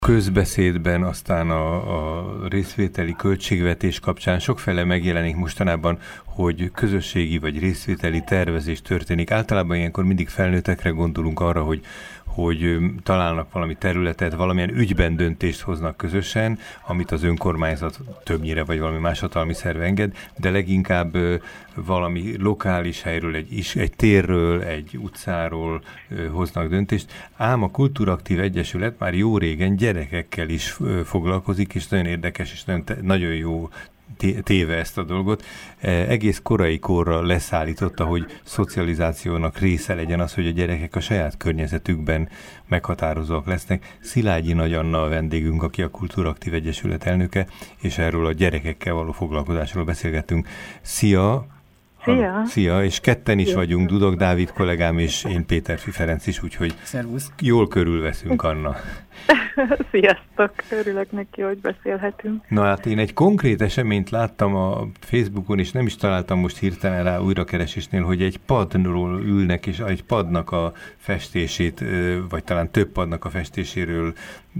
Közbeszédben, aztán a részvételi költségvetés kapcsán sokféle megjelenik mostanában, hogy közösségi vagy részvételi tervezés történik. Általában ilyenkor mindig felnőttekre gondolunk arra, hogy találnak valami területet, valamilyen ügyben döntést hoznak közösen, amit az önkormányzat többnyire vagy valami más hatalmi szerve enged, de leginkább valami lokális helyről, egy térről, egy utcáról hoznak döntést. Ám a Kultúraktív Egyesület már jó régen gyerekekkel is foglalkozik, és nagyon érdekes, és nagyon jó téve ezt a dolgot. Egész korai korra leszállította, hogy szocializációnak része legyen az, hogy a gyerekek a saját környezetükben meghatározóak lesznek. Szilágyi Nagy Anna a vendégünk, aki a Kultúraktív Egyesület elnöke, és erről a gyerekekkel való foglalkozásról beszélgetünk. Szia! Szia! Szia, és ketten is vagyunk, Dudok Dávid kollégám és én Péterfi Ferenc is, úgyhogy Szervusz. Jól körülveszünk, Anna. Sziasztok! Örülök neki, hogy beszélhetünk. Na hát én egy konkrét eseményt láttam a Facebookon, és nem is találtam most hirtelen rá újrakeresésnél, hogy egy padról ülnek, és egy padnak a festését, vagy talán több padnak a festéséről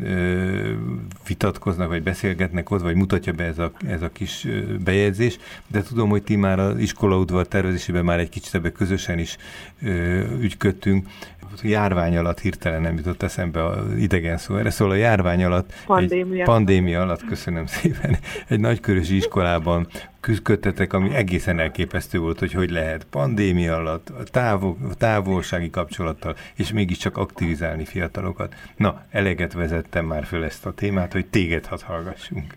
vitatkoznak, vagy beszélgetnek ott, vagy mutatja be ez a kis bejegyzés, de tudom, hogy ti már az iskolaudvar tervezésében már egy kicsit ebbe közösen is ügyködtünk. A járvány alatt hirtelen nem jutott eszembe az idegen szó erre, szóval a járvány alatt, pandémia alatt, köszönöm szépen, egy nagykörösi iskolában küzdködtetek, ami egészen elképesztő volt, hogy lehet pandémia alatt, távolsági kapcsolattal, és mégiscsak aktivizálni fiatalokat. Na, eleget vezettem már föl ezt a témát, hogy téged hadd hallgassunk.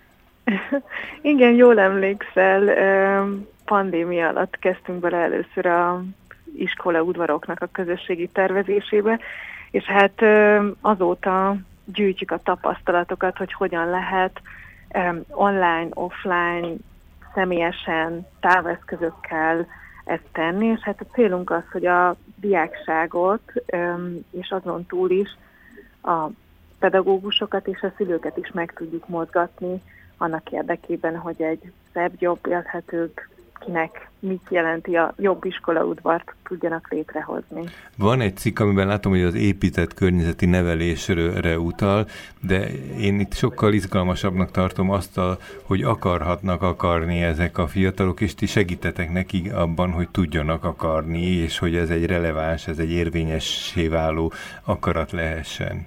Igen, jól emlékszel, pandémia alatt kezdtünk bele először a iskolaudvaroknak a közösségi tervezésébe, és hát azóta gyűjtjük a tapasztalatokat, hogy hogyan lehet online, offline, személyesen, táveszközökkel ezt tenni, és hát a célunk az, hogy a diákságot, és azon túl is a pedagógusokat és a szülőket is meg tudjuk mozgatni annak érdekében, hogy egy szebb, jobb, élhetőbb, kinek mit jelenti a jobb iskolaudvart tudjanak létrehozni. Van egy cikk, amiben látom, hogy az épített környezeti nevelésre utal, de én itt sokkal izgalmasabbnak tartom azt, hogy akarni ezek a fiatalok, és ti segítetek nekik abban, hogy tudjanak akarni, és hogy ez egy releváns, ez egy érvényessé váló akarat lehessen.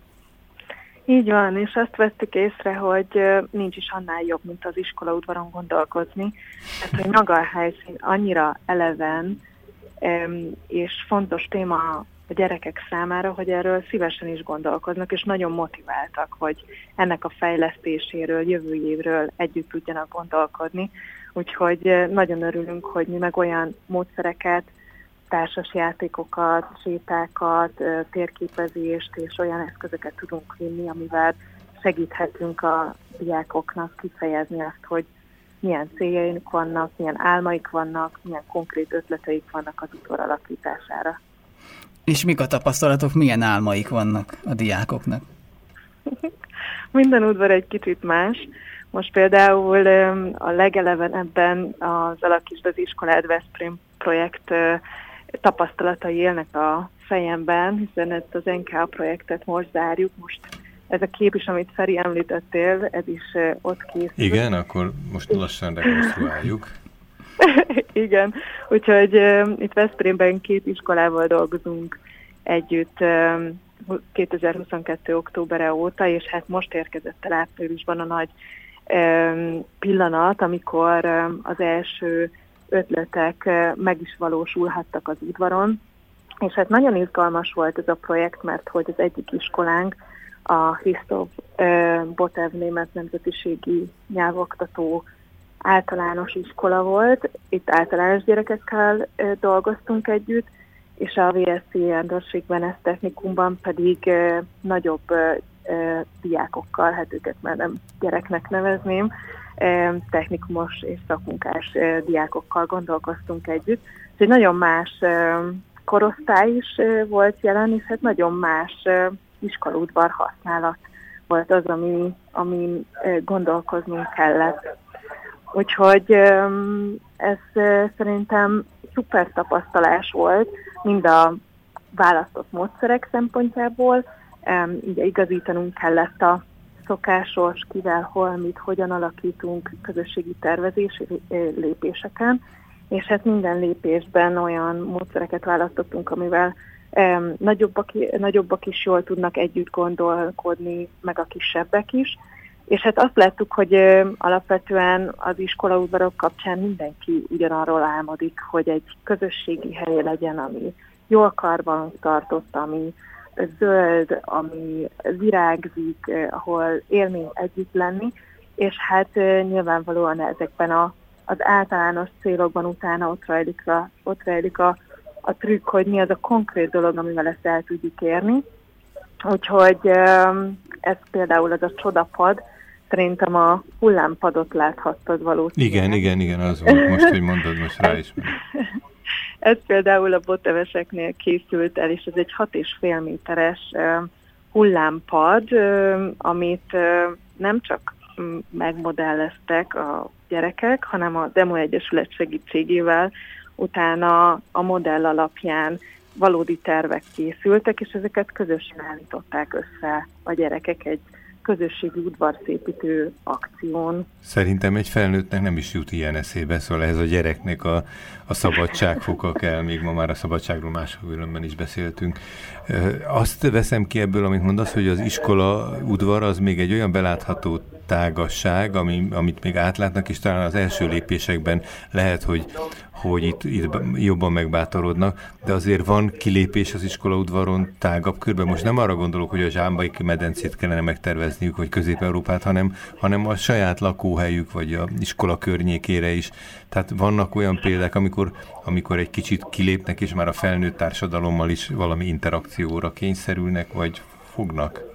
Így van, és azt vettük észre, hogy nincs is annál jobb, mint az iskolaudvaron gondolkozni. Tehát, hogy maga a helyszín annyira eleven és fontos téma a gyerekek számára, hogy erről szívesen is gondolkoznak, és nagyon motiváltak, hogy ennek a fejlesztéséről, jövőjéről együtt tudjanak gondolkodni. Úgyhogy nagyon örülünk, hogy mi meg olyan módszereket, társas játékokat, sétákat, térképezést és olyan eszközöket tudunk vinni, amivel segíthetünk a diákoknak kifejezni azt, hogy milyen céljaink vannak, milyen álmaik vannak, milyen konkrét ötleteik vannak az udvar alakítására. És mik a tapasztalatok, milyen álmaik vannak a diákoknak? Minden udvar egy kicsit más. Most például a legelevenebben az Alakítsd az iskolád Veszprém projekt tapasztalatai élnek a fejemben, hiszen ezt az NKA projektet most zárjuk. Most ez a kép is, amit Feri említettél, ez is ott készül. Igen, akkor most lassan rekonstruáljuk. Igen, úgyhogy itt Veszprémben 2 iskolával dolgozunk együtt 2022. októbere óta, és hát most érkezett el áprilisban a nagy pillanat, amikor az első ötletek meg is valósulhattak az udvaron, és hát nagyon izgalmas volt ez a projekt, mert hogy az egyik iskolánk a Christoph Botev német nemzetiségi nyelvoktató általános iskola volt, itt általános gyerekekkel dolgoztunk együtt, és a VSC rendőrségben technikumban pedig nagyobb diákokkal, hát őket már nem gyereknek nevezném, technikumos és szakmunkás diákokkal gondolkoztunk együtt. Úgyhogy nagyon más korosztály is volt jelen, és hát nagyon más iskolaudvar használat volt az, ami gondolkoznunk kellett. Úgyhogy ez szerintem szuper tapasztalás volt, mind a választott módszerek szempontjából, így igazítanunk kellett a szokásos, kivel, hol, mit, hogyan alakítunk közösségi tervezési lépéseken, és hát minden lépésben olyan módszereket választottunk, amivel nagyobbak is jól tudnak együtt gondolkodni, meg a kisebbek is. És hát azt láttuk, hogy alapvetően az iskolaudvarok kapcsán mindenki ugyanarról álmodik, hogy egy közösségi hely legyen, ami jól karban tartott, ami zöld, ami virágzik, ahol élmény együtt lenni, és hát nyilvánvalóan ezekben az általános célokban utána ott rejlik a trükk, hogy mi az a konkrét dolog, amivel ezt el tudjuk érni. Úgyhogy ez például az a csodapad, szerintem a hullámpadot láthattad valószínűleg. Igen, az volt most, hogy mondod, most rá is. Ez például a Boteveseknél készült el, és ez egy 6,5 méteres hullámpad, amit nem csak megmodelleztek a gyerekek, hanem a Demo Egyesület segítségével utána a modell alapján valódi tervek készültek, és ezeket közösen állították össze a gyerekek egy közösségi udvarszépítő akción. Szerintem egy felnőttnek nem is jut ilyen eszébe, szóval ez a gyereknek a szabadságfoka kell, még ma már a szabadságról máshol is beszéltünk. Azt veszem ki ebből, amit mondasz, hogy az iskola udvar az még egy olyan belátható tágasság, amit még átlátnak, és talán az első lépésekben lehet, hogy itt jobban megbátorodnak, de azért van kilépés az iskolaudvaron tágabb körben. Most nem arra gondolok, hogy a Zsámbai medencét kellene megtervezniük, vagy Közép-Európát, hanem a saját lakóhelyük, vagy a iskola környékére is. Tehát vannak olyan példák, amikor egy kicsit kilépnek, és már a felnőtt társadalommal is valami interakcióra kényszerülnek, vagy fognak.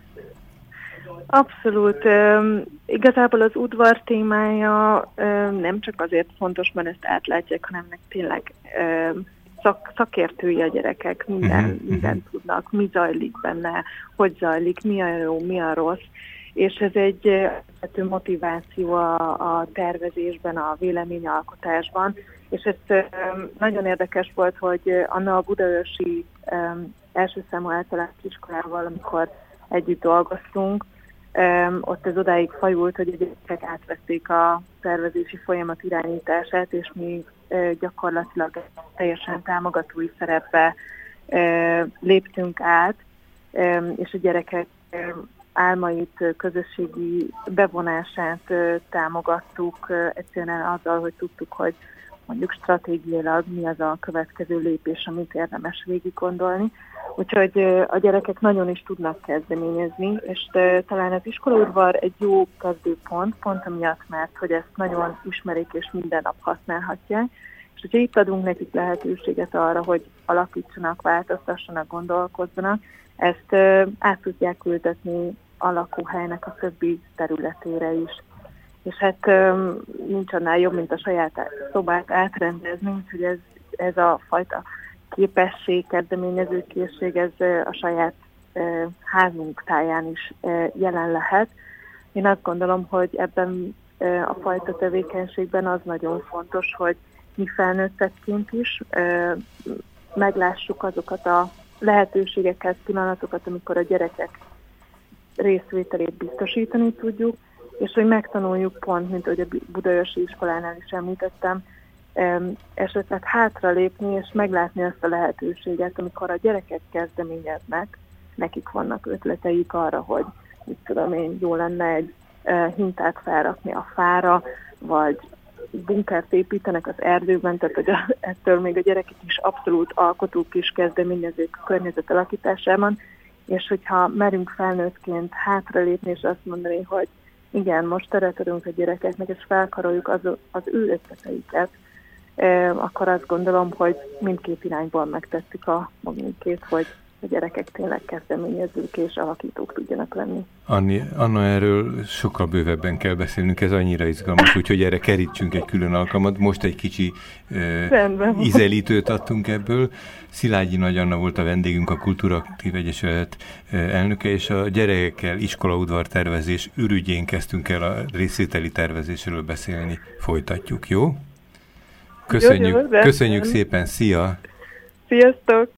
Abszolút. Igazából az udvar témája nem csak azért fontos, mert ezt átlátják, hanem meg tényleg szakértői a gyerekek, mindent tudnak, mi zajlik benne, hogy zajlik, mi a jó, mi a rossz, és ez egy motiváció a tervezésben, a véleményalkotásban, és ez nagyon érdekes volt, hogy Anna a budaörsi első számú általános iskolával, amikor együtt dolgoztunk, ott ez odáig fajult, hogy a gyerekek átvették a tervezési folyamat irányítását, és mi gyakorlatilag teljesen támogatói szerepbe léptünk át, és a gyerekek álmait, közösségi bevonását támogattuk egyszerűen azzal, hogy tudtuk, hogy mondjuk stratégiailag mi az a következő lépés, amit érdemes végig gondolni. Úgyhogy a gyerekek nagyon is tudnak kezdeményezni, és talán az iskolaudvar egy jó kezdőpont, pont amiatt, mert hogy ezt nagyon ismerik és minden nap használhatják. És hogyha itt adunk nekik lehetőséget arra, hogy alakítsanak, változtassanak, gondolkozzanak, ezt át tudják ültetni a lakóhelynek a többi területére is. És hát nincs annál jobb, mint a saját szobát átrendezni, úgyhogy ez a fajta képesség, kezdeményezőkészség, ez a saját házunk táján is jelen lehet. Én azt gondolom, hogy ebben a fajta tevékenységben az nagyon fontos, hogy mi felnőttekként is meglássuk azokat a lehetőségeket, pillanatokat, amikor a gyerekek részvételét biztosítani tudjuk, és hogy megtanuljuk pont, mint ahogy a budaörsi iskolánál is említettem, esetleg hátralépni és meglátni azt a lehetőséget, amikor a gyerekek kezdeményeznek, nekik vannak ötleteik arra, hogy mit tudom én, jó lenne egy hintát felrakni a fára, vagy bunkert építenek az erdőben, tehát hogy ettől még a gyerekek is abszolút alkotók és kezdeményezők a környezet alakításában, és hogyha merünk felnőttként hátralépni és azt mondani, hogy igen, most teret adunk a gyerekeknek, és felkaroljuk az ő ötleteiket, akkor azt gondolom, hogy mindkét irányból megtettük a magunkét, hogy a gyerekek tényleg kezdeményezők és alakítók tudjanak lenni. Anna, erről sokkal bővebben kell beszélnünk, ez annyira izgalmas, úgyhogy erre kerítsünk egy külön alkalmat. Most egy kicsi ízelítőt adtunk ebből. Szilágyi Nagy Anna volt a vendégünk, a Kultúraktív Egyesület elnöke, és a gyerekekkel iskolaudvar tervezés ürügyén kezdtünk el a részvételi tervezésről beszélni. Folytatjuk, jó? Köszönjük szépen, szia! Sziasztok!